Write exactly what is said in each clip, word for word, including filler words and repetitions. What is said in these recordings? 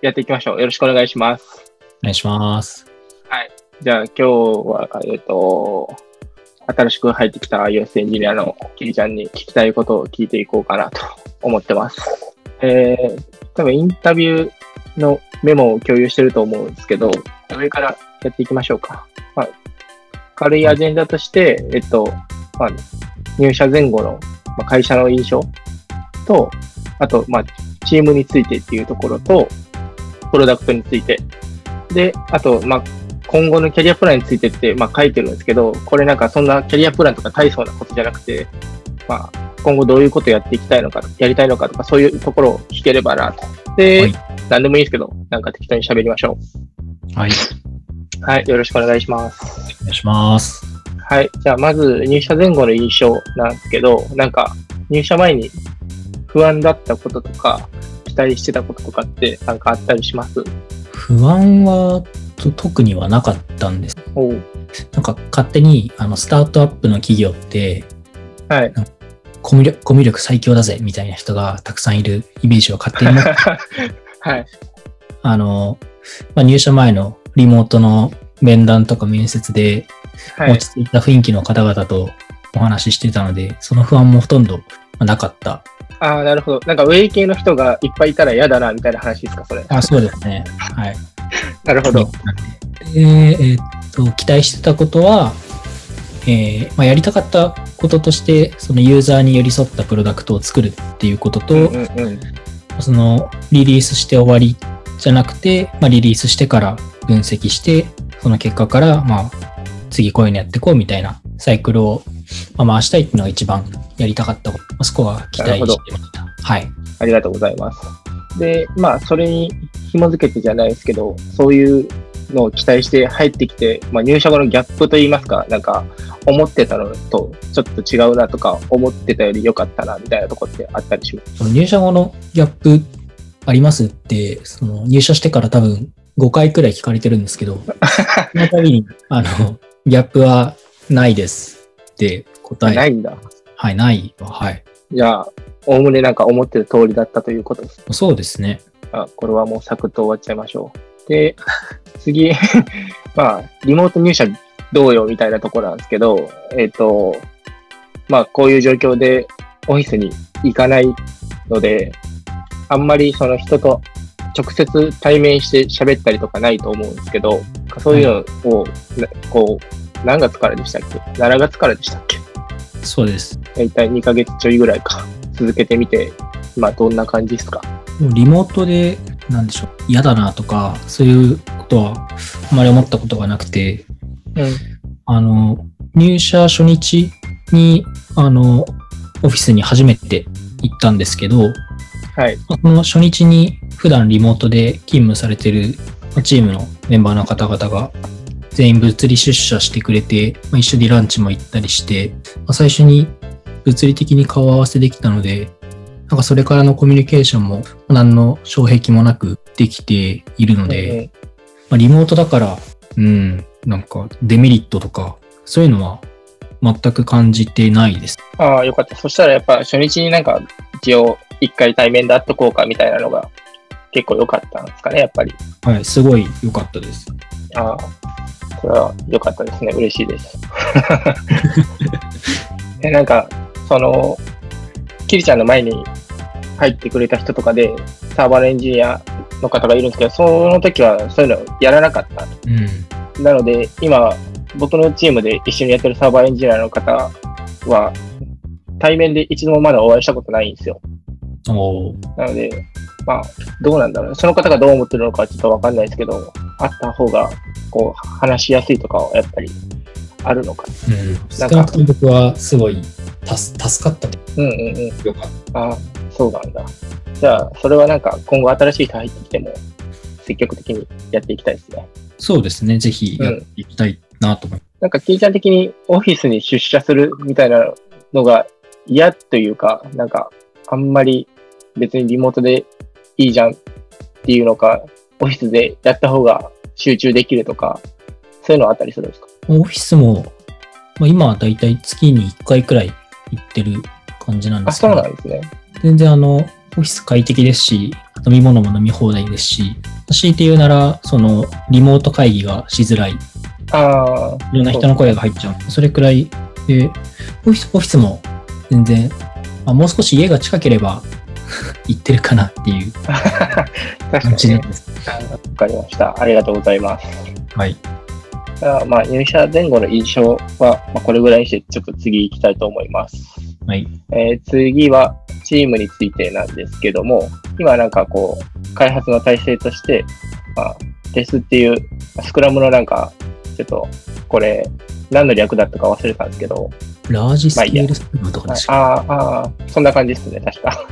やっていきましょう。よろしくお願いします。 お願いします。 はい。じゃあ今日は、えっと、新しく入ってきた iOS エンジニアのキリちゃんに聞きたいことを聞いていこうかなと思ってます。えー、多分インタビューのメモを共有してると思うんですけど、上からやっていきましょうか。まあ、軽いアジェンダとして、えっと、まあ、入社前後の会社の印象と、あと、まあ、チームについてっていうところと、プロダクトについて。で、あと、まあ、今後のキャリアプランについてって、まあ、書いてるんですけど、これなんかそんなキャリアプランとか大層なことじゃなくて、まあ、今後どういうことやっていきたいのか、やりたいのかとか、そういうところを聞ければなと。で、はい、何でもいいですけど、なんか適当に喋りましょう。はい。 はい、よろしくお願いします。 お願いします。 はい、じゃあまず入社前後の印象なんですけど、なんか入社前に不安だったこととか、期待してたこととかってなんかあったりします？ 不安は特にはなかったんです。 おう。 なんか勝手にあのスタートアップの企業って、 はい、 コミュ力、コミュ力最強だぜみたいな人がたくさんいるイメージを勝手に持って、 はい、 あの、まあ、入社前のリモートの面談とか面接で落ち着いた雰囲気の方々とお話ししてたので、その不安もほとんどなかった。 ああ、なるほど。なんかウェイ系の人がいっぱいいたら嫌だなみたいな話ですか、それ。 あ、そうですね。はい。 なるほど。 で、えー、っと、期待してたことは、えーまあ、やりたかったこととして、そのユーザーに寄り添ったプロダクトを作るっていうことと、 うんうんうん、 そのリリースして終わりじゃなくて、まあ、リリースしてから分析して、その結果から、まあ、次こういうのやっていこうみたいなサイクルを回したいっていうのが一番やりたかったこと。そこは期待してました。はい。 ありがとうございます。で、まあ、それに紐づけてじゃないですけど、そういうのを期待して入ってきて、まあ、入社後のギャップといいますか、なんか、思ってたのとちょっと違うなとか、思ってたより良かったなみたいなところってあったりします？ その入社後のギャップありますって、その入社してから多分ごかいくらい聞かれてるんですけど、その度に、あの、ギャップはないですって答え。 ないんだ。 はい、ないわ。はい。 じゃあ、おおむねなんか思ってる通りだったということです。 そうですね。 あ、これはもうサクッと終わっちゃいましょう。で、次、まあ、リモート入社どうよみたいなところなんですけど、えっと、まあ、こういう状況でオフィスに行かないので、あんまりその人と直接対面して喋ったりとかないと思うんですけど、そういうのを、こう、何月からでしたっけ？ なな 月からでしたっけ？ そうです。 だいたいにかげつちょいぐらいか、続けてみて、今どんな感じですか？ リモートで、なんでしょう、嫌だなとか、そういうことはあまり思ったことがなくて、 うん、 あの、入社初日に、あの、オフィスに初めて行ったんですけど、 はい。 その初日に普段リモートで勤務されてるチームのメンバーの方々が全員物理出社してくれて、まあ、一緒にランチも行ったりして、まあ、最初に物理的に顔合わせできたので、なんかそれからのコミュニケーションも何の障壁もなくできているので、うんうん、まあ、リモートだから、うん、なんかデメリットとか、そういうのは全く感じてないです。 ああ、よかった。そしたらやっぱ初日になんか一応一回対面で会っとこうかみたいなのが結構良かったんですかね、やっぱり。 はい、すごい良かったです。 ああ、それは良かったですね。嬉しいです。え、なんか、その、キリちゃんの前に入ってくれた人とかで、サーバーのエンジニアの方がいるんですけど、その時はそういうのやらなかった。うん、なので、今、僕のチームで一緒にやってるサーバーエンジニアの方は、対面で一度もまだお会いしたことないんですよ。 おなので、まあ、どうなんだろう。その方がどう思ってるのかはちょっとわかんないですけど、あった方が、こう、話しやすいとかはやっぱりあるのかな。 うん。少なくとも僕はすごい助、助かった。 うんうんうん。 よかった。 ああ、そうなんだ。じゃあ、それはなんか今後新しい人入ってきても、積極的にやっていきたいですね。 そうですね。ぜひやっていきたいなと思います。 うん、なんか、キリちゃん的にオフィスに出社するみたいなのが嫌というか、なんか、あんまり別にリモートでいいじゃんっていうのか、オフィスでやった方が集中できるとか、そういうのあったりするんですか？ オフィスも、まあ、今はだいたい月にいっかいくらい行ってる感じなんですけど。 あ、そうなんですね。 全然あの、 オフィス快適ですし、飲み物も飲み放題ですし、強いて言うなら、その、リモート会議がしづらい。 ああ。 いろんな人の声が入っちゃう。それくらいで、オフィス、オフィスも全然、まあ、もう少し家が近ければ行ってるかなっていう感じなんです。 わかりました。ありがとうございます。 はい。 まあ、入社前後の印象は、まあ、これぐらいにして、ちょっと次行きたいと思います。 はい。 えー、次は、チームについてなんですけども、今なんかこう、開発の体制として、まあ、テスっていう、スクラムのなんか、ちょっと、これ、何の略だったか忘れたんですけど、 ラージスケールスクラムとかですか、 ああ、ああ、そんな感じですね、確か。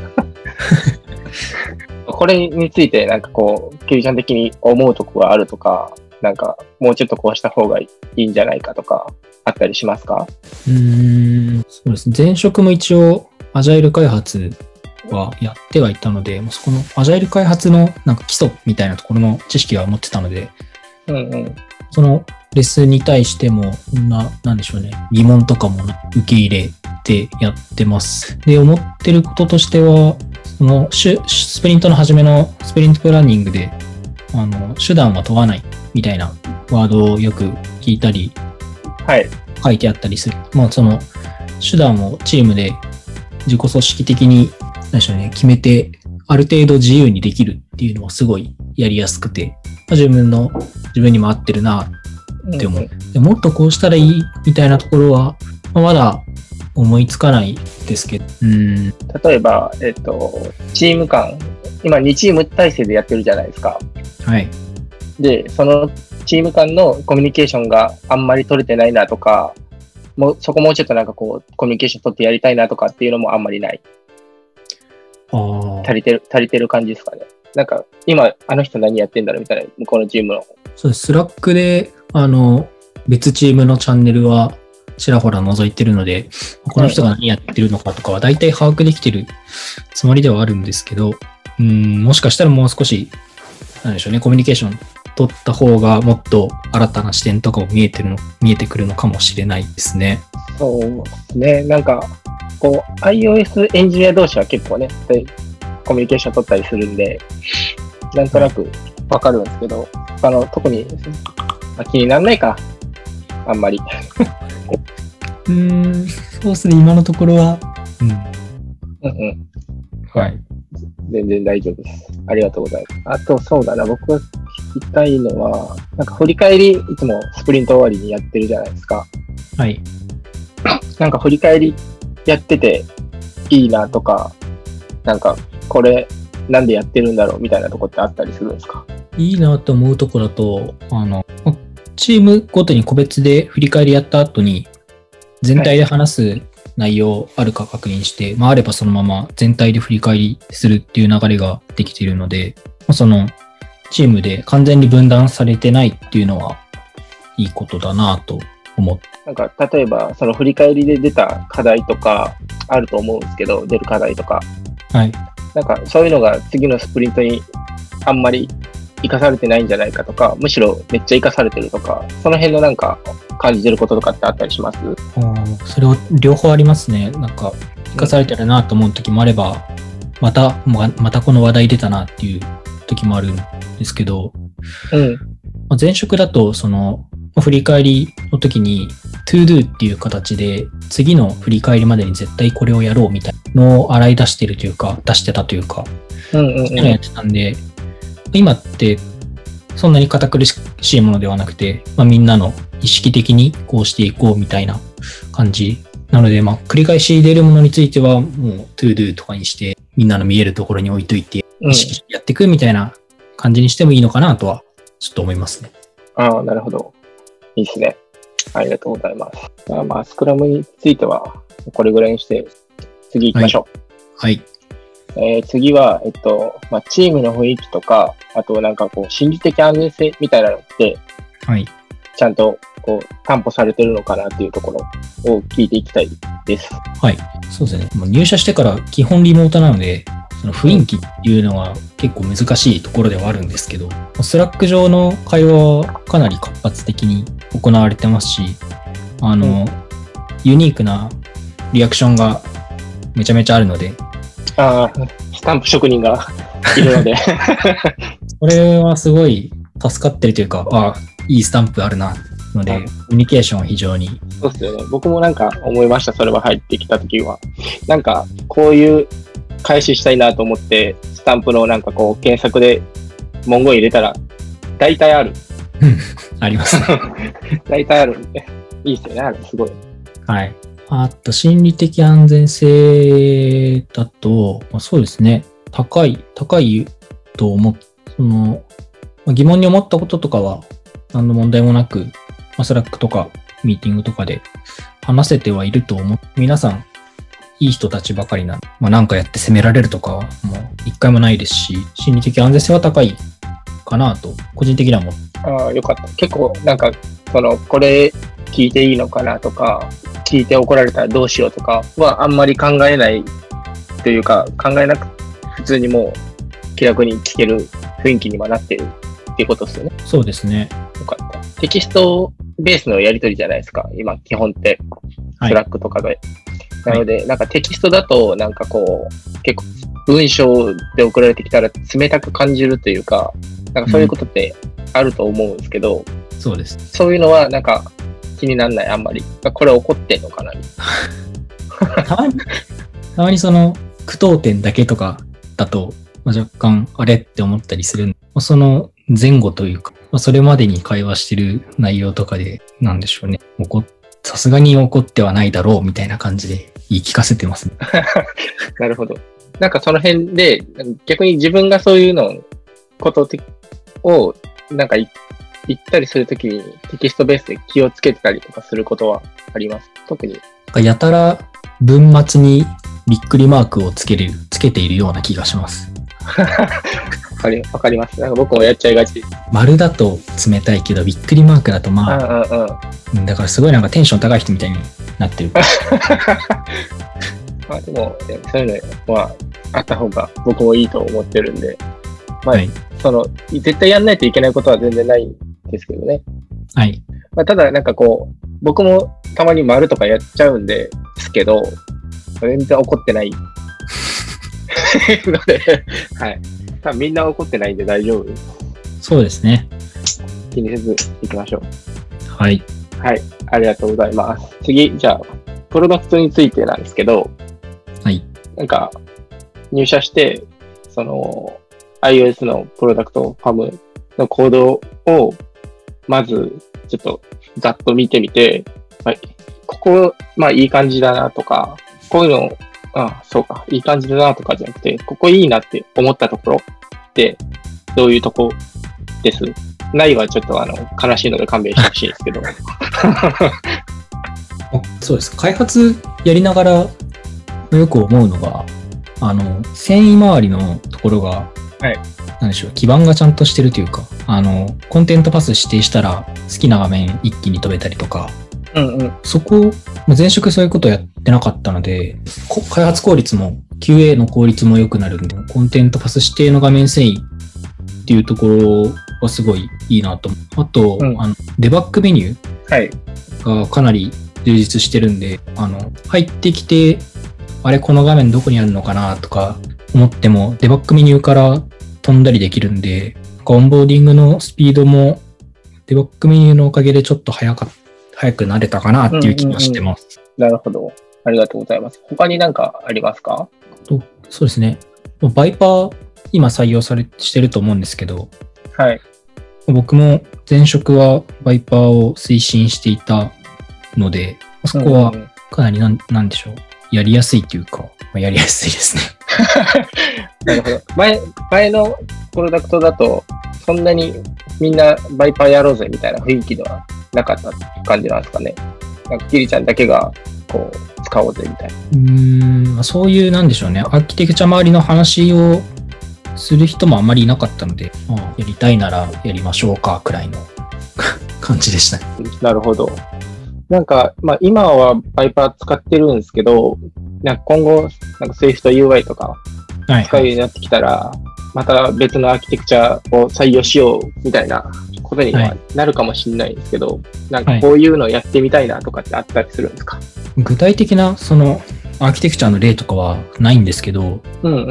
これについて、なんかこう、キリちゃん的に思うとこがあるとか、なんか、もうちょっとこうした方がいいんじゃないかとか、あったりしますか？ うーん、そうですね。前職も一応、アジャイル開発はやってはいたので、そこのアジャイル開発のなんか基礎みたいなところの知識は持ってたので、 うんうん、そのレッスンに対しても、な、なんでしょうね、疑問とかも受け入れてやってます。で、思ってることとしては、そのスプリントの初めのスプリントプランニングで、あの、手段は問わないみたいなワードをよく聞いたり、 はい、 書いてあったりする。まあ、その手段をチームで自己組織的に何でしょうね、決めて、ある程度自由にできるっていうのはすごいやりやすくて、自分の、自分にも合ってるなって思う。でもっとこうしたらいいみたいなところは、まあ、まだ思いつかないですけど。うん、 例えば、えっと、チーム間、今にチーム体制でやってるじゃないですか。 はい。 で、そのチーム間のコミュニケーションがあんまり取れてないなとか、もうそこもうちょっとなんかこう、コミュニケーション取ってやりたいなとかっていうのもあんまりない。 あ足りてる、足りてる感じですかね。なんか、今、あの人何やってんだろうみたいな、向こうのチームの。 そうです。スラックで、あの、別チームのチャンネルはちらほら覗いてるので、この人が何やってるのかとかは大体把握できてるつもりではあるんですけど、うん、もしかしたらもう少し、なんでしょうね、コミュニケーション取った方がもっと新たな視点とかも見えてるの、見えてくるのかもしれないですね。 そうですね。なんか、こう、iOS エンジニア同士は結構ね、コミュニケーション取ったりするんで、なんとなくわかるんですけど、あの、特に、まあ、気にならないか。あんまり。 うーん、そうですね、今のところは。 うん。うんうん。はい。全然大丈夫です。ありがとうございます。あと、そうだな、僕が聞きたいのは、なんか振り返り、いつもスプリント終わりにやってるじゃないですか。 はい。 なんか振り返りやってていいなとか、なんかこれなんでやってるんだろうみたいなとこってあったりするんですか？ いいなと思うとこだと、あの、チームごとに個別で振り返りやった後に、全体で話す内容あるか確認して、はい、まああればそのまま全体で振り返りするっていう流れができているので、そのチームで完全に分断されてないっていうのはいいことだなと思って。 なんか例えばその振り返りで出た課題とかあると思うんですけど、出る課題とか。 はい。 なんかそういうのが次のスプリントにあんまり活かされてないんじゃないかとか、むしろめっちゃ活かされてるとか、その辺のなんか感じてることとかってあったりします？ それを両方ありますね。なんか活かされてるなと思う時もあれば、またまたこの話題出たなっていう時もあるんですけど、 うん、 前職だとその振り返りの時に to do っていう形で次の振り返りまでに絶対これをやろうみたいなのを洗い出してるというか出してたというか、 うんうんうん、そういうのやってたんで、今ってそんなに堅苦しいものではなくて、まあ、みんなの意識的にこうしていこうみたいな感じなので、まあ、繰り返し出るものについてはもう to do とかにしてみんなの見えるところに置いといて意識してやっていくみたいな感じにしてもいいのかなとはちょっと思いますね。 ああ、なるほど。いいですね。ありがとうございます。あまあ、スクラムについてはこれぐらいにして次行きましょう。 はい。はいえー、次は、えっと、まあ、チームの雰囲気とか、あとなんかこう、心理的安全性みたいなのって、 はい。 ちゃんとこう、担保されてるのかなっていうところを聞いていきたいです。 はい。そうですね。もう入社してから基本リモートなので、その雰囲気っていうのは結構難しいところではあるんですけど、スラック上の会話はかなり活発的に行われてますし、あの、うん、ユニークなリアクションがめちゃめちゃあるので、 ああ、 スタンプ職人がいるので。 これはすごい助かってるというか、あ、いいスタンプあるな、ので、コミュニケーションは非常に。 そうですよね。僕もなんか思いました、それは入ってきたときは。なんか、こういう開始したいなと思って、スタンプのなんかこう、検索で文言入れたら、大体ある。 ありますね。 大体あるんで。いいですよね、あれ、すごい。 はい。あと、心理的安全性だと、まあ、そうですね。高い、高いと思っ、その、まあ、疑問に思ったこととかは、何の問題もなく、まあ、スラックとか、ミーティングとかで話せてはいると思う。皆さん、いい人たちばかりな、まあ、なんかやって責められるとかは、もう一回もないですし、心理的安全性は高いかなと、個人的には思う。 ああ、よかった。結構、なんか、その、これ聞いていいのかなとか、聞いて怒られたらどうしようとかはあんまり考えないというか、考えなく、普通にもう気楽に聞ける雰囲気にはなってるっていうことですよね。 そうですね。 よかった。テキストベースのやり取りじゃないですか、今、基本って。スラックとかで。はい、なので、はい、なんかテキストだと、なんかこう、結構文章で送られてきたら冷たく感じるというか、なんかそういうことってあると思うんですけど、 うん、そうです。 そういうのはなんか気にならない、あんまり。これ怒ってんのかなみたいな。 たまに、たまにその句読点だけとかだと、まあ、若干あれって思ったりする。まあ、その前後というか、まあ、それまでに会話してる内容とかで、なんでしょうね。怒さすがに怒ってはないだろうみたいな感じで言い聞かせてますね。 なるほど。なんかその辺で、逆に自分がそういうの、ことを、なんか言ったりするときにテキストベースで気をつけてたりとかすることはあります？特に。 やたら文末にびっくりマークをつける、つけているような気がします。 わかり、わかります。なんか僕もやっちゃいがち。 丸だと冷たいけど、びっくりマークだとまあ、 うんうんうん、 だからすごいなんかテンション高い人みたいになってる。 まあでも、そういうのはあった方が僕もいいと思ってるんで、まあ、はい、その、絶対やんないといけないことは全然ないんですけどね。 はい。 まあ、ただなんかこう、僕もたまに丸とかやっちゃうんですけど、全然怒ってない。ので、はい。多分みんな怒ってないんで大丈夫。 そうですね。 気にせず行きましょう。 はい。 はい。ありがとうございます。次、じゃあ、プロダクトについてなんですけど、 はい。 なんか、入社して、その、iOS のプロダクトファムのコードを、まず、ちょっと、ざっと見てみて、はい、ここ、まあいい感じだなとか、こういうの、あ、そうか、いい感じだなとかじゃなくて、ここいいなって思ったところって、どういうとこです？ないはちょっとあの、悲しいので勘弁してほしいですけど。 そうです。開発やりながらよく思うのが、あの、繊維周りのところが、 はい。 なんでしょう、基盤がちゃんとしてるというか、あの、コンテントパス指定したら好きな画面一気に飛べたりとか、 うんうん、そこ、前職そういうことやってなかったので、開発効率も キューエー の効率も良くなるんで、コンテントパス指定の画面遷移っていうところはすごいいいなと。あと、うん、あのデバッグメニューがかなり充実してるんで、あの、入ってきて、あれこの画面どこにあるのかなとか思っても、デバッグメニューから飛んだりできるんで、オンボーディングのスピードもデバッグメニューのおかげでちょっと早かった。早くなれたかなっていう気がしてます。 うんうんうん、なるほど。ありがとうございます。他に何かありますか？ とそうですね。バイパー、今採用されしてると思うんですけど、 はい。 僕も前職はバイパーを推進していたので、そこはかなりなん、なんでしょう。やりやすいというか、まあ、やりやすいですね。 なるほど。前、前のプロダクトだと、そんなにみんなバイパーやろうぜみたいな雰囲気ではなかった感じなんですかね。なんかキリちゃんだけがこう使おうぜみたいな。 うーん、そういうなんでしょうね。アーキテクチャ周りの話をする人もあまりいなかったので、まあ、やりたいならやりましょうかくらいの感じでしたね。 なるほど。なんか、まあ今はバイパー使ってるんですけど、なんか今後、なんか Swift ユーアイ とか使うようになってきたら、はいはい、また別のアーキテクチャを採用しようみたいなことにはなるかもしれないんですけど、はい、なんかこういうのをやってみたいなとかってあったりするんですか？ 具体的なそのアーキテクチャの例とかはないんですけど、 うんうん、 その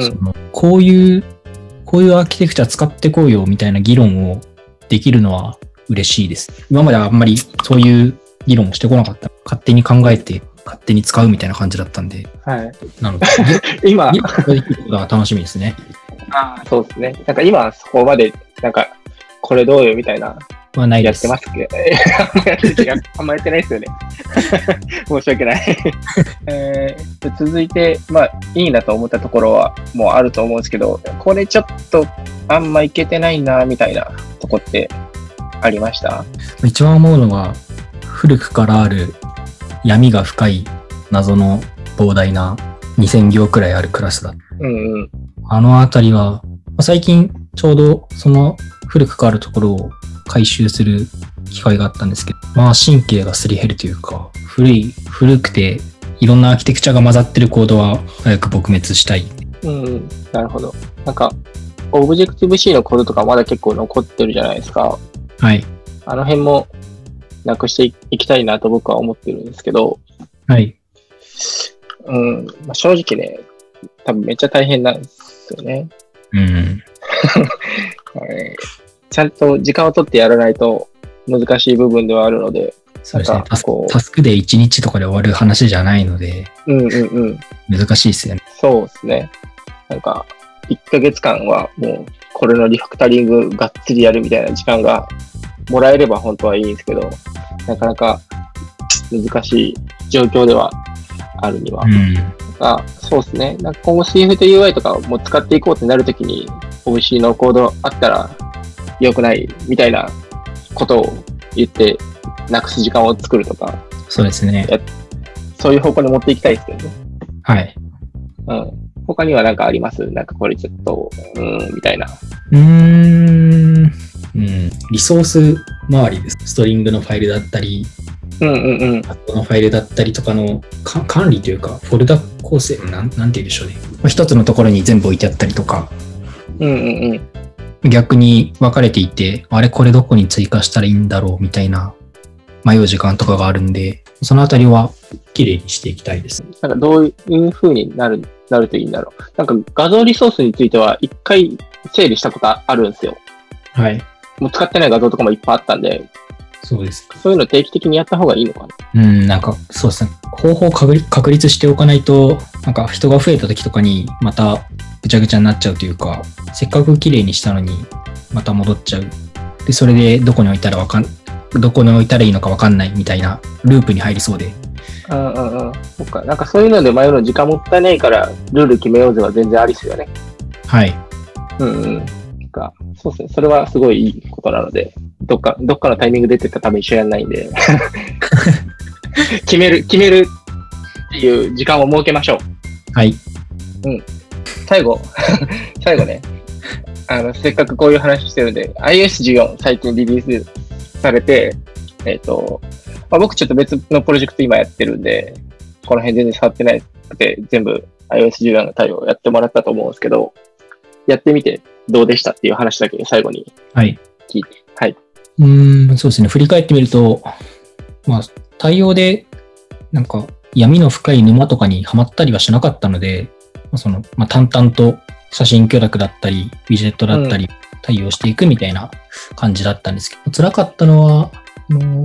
こういう、こういうアーキテクチャ使ってこうよみたいな議論をできるのは嬉しいです。今まであんまりそういう議論をしてこなかった。勝手に考えて、勝手に使うみたいな感じだったんで。 はい。 なので、 今、 議論ができることが楽しみですね。 ああ、そうですね。なんか今、そこまで、なんか、これどうよみたいな。 はないです。 やってますけど、あんまやってないですよね。申し訳ない、えー。続いて、まあ、いいなと思ったところはもうあると思うんですけど、これちょっとあんまいけてないな、みたいなとこってありました？ 一番思うのは、古くからある闇が深い謎の膨大なにせん行くらいあるクラスだ。 うんうん。 あのあたりは、最近ちょうどその古くからあるところを回収する機会があったんですけど、まあ神経がすり減るというか、古い、古くていろんなアーキテクチャが混ざってるコードは早く撲滅したい。 うん、なるほど。なんか、オブジェクティブ C のコードとかまだ結構残ってるじゃないですか。 はい。 あの辺もなくしていきたいなと僕は思ってるんですけど、 はい。 うん、まあ、正直ね、多分めっちゃ大変なんですよね。 うん。 ちゃんと時間を取ってやらないと難しい部分ではあるので、 そうですね。タスク、タスクでいちにちとかで終わる話じゃないので、 うんうんうん。 難しいですよね。 そうですね。なんか、いっかげつかんはもうこれのリファクタリングがっつりやるみたいな時間がもらえれば本当はいいんですけど、なかなか難しい状況ではあるには。うん、あそうですね。なんか今後 スイフト ユーアイ とかも使っていこうってなるときに、オブシー のコードあったら良くないみたいなことを言ってなくす時間を作るとか。 そうですね。 そういう方向に持っていきたいですけどね。 はい。 うん。他には何かあります？なんかこれちょっと、うーん、みたいな。 うーん。うん。リソース周りです。ストリングのファイルだったり、 うんうんうん。 パッドのファイルだったりとかのか管理というか、フォルダ構成、なん、なんて言うんでしょうね。まあ、一つのところに全部置いてあったりとか。 うんうんうん。 逆に分かれていて、あれこれどこに追加したらいいんだろうみたいな迷う時間とかがあるんで、そのあたりは綺麗にしていきたいです。 なんかどういう風になる、なるといいんだろう。なんか画像リソースについては一回整理したことあるんですよ。 はい。 もう使ってない画像とかもいっぱいあったんで。 そうです。 そういうの定期的にやった方がいいのかな。 うん、なんかそうですね。方法を確立しておかないと、なんか人が増えた時とかにまたぐちゃぐちゃになっちゃうというか、せっかく綺麗にしたのにまた戻っちゃう。で、それでどこに置いたらわかん、どこに置いたらいいのかわかんないみたいなループに入りそうで。 うんうんうん。そっか。なんかそういうので迷うの時間もったいないからルール決めようぜは全然ありっすよね。 はい。 うんうん。かそうですね。それはすごいいいことなので、どっか、どっかのタイミングでって言ったら多分一緒やんないんで。決める、決めるっていう時間を設けましょう。 はい。 うん。最後、最後ね。あの、せっかくこういう話してるんで、アイオーエスじゅうよん 最近リリースされて、えっと、まあ、僕ちょっと別のプロジェクト今やってるんで、この辺全然触ってないくて、全部 アイオーエスじゅうよん の対応やってもらったと思うんですけど、やってみてどうでしたっていう話だけ最後に聞いて。はい。はい、 うーん、そうですね。振り返ってみると、まあ、対応で、なんか闇の深い沼とかにはまったりはしなかったので、まあ、その、まあ、淡々と写真許諾だったり、ウィジェットだったり、対応していくみたいな感じだったんですけど、うん、辛かったのは、あの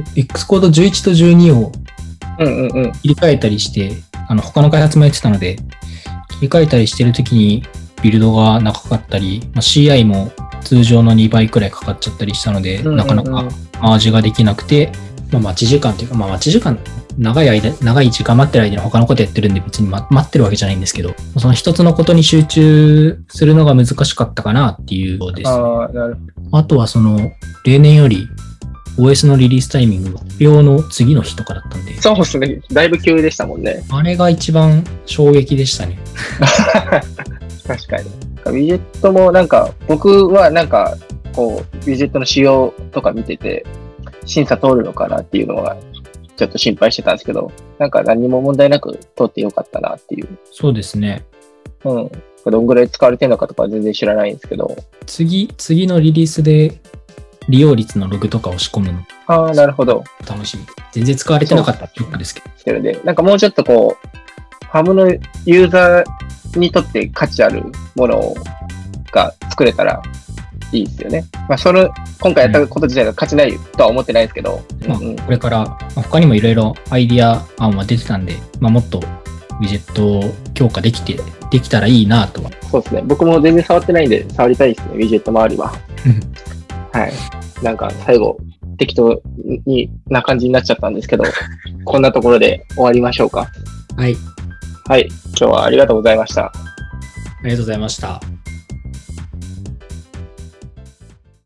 X コードじゅういちとじゅうにを切り替えたりして、うんうんうん、あの他の開発もやってたので、切り替えたりしてるときにビルドが長かったり、まあ、シーアイ も通常のにばいくらいかかっちゃったりしたので、うんうんうん、なかなかマージができなくて、まあ、待ち時間というか、まあ、待ち時間、長い間、長い時間待ってる間に他のことやってるんで別に待ってるわけじゃないんですけど、その一つのことに集中するのが難しかったかなっていうことです、ね。あ, なるほど。あとはその、例年より オーエス のリリースタイミングが発表の次の日とかだったんで。 そうですね。だいぶ急でしたもんね。 あれが一番衝撃でしたね。 確かに。ウィジェットもなんか、僕はなんか、こう、ウィジェットの仕様とか見てて、審査通るのかなっていうのは、ちょっと心配してたんですけど、なんか何も問題なく通ってよかったなっていう。 そうですね。 うん。どんぐらい使われてるのかとかは全然知らないんですけど。 次、次のリリースで利用率のログとかを仕込むの。 ああ、なるほど。 楽しみ。全然使われてなかったらショックですけど。 してるんで、なんかもうちょっとこう、ハムのユーザーにとって価値あるものが作れたらいいですよね。まあ、その、今回やったこと自体が価値ないとは思ってないですけど。 まあ、 うんうん、 これから、まあ、他にもいろいろアイディア案は出てたんで、まあ、もっとウィジェットを強化できて、できたらいいなとは。 そうですね。僕も全然触ってないんで、触りたいですね、ウィジェット周りは。はい。なんか、最後、適当にな感じになっちゃったんですけど、こんなところで終わりましょうか。 はい。 はい。今日はありがとうございました。 ありがとうございました。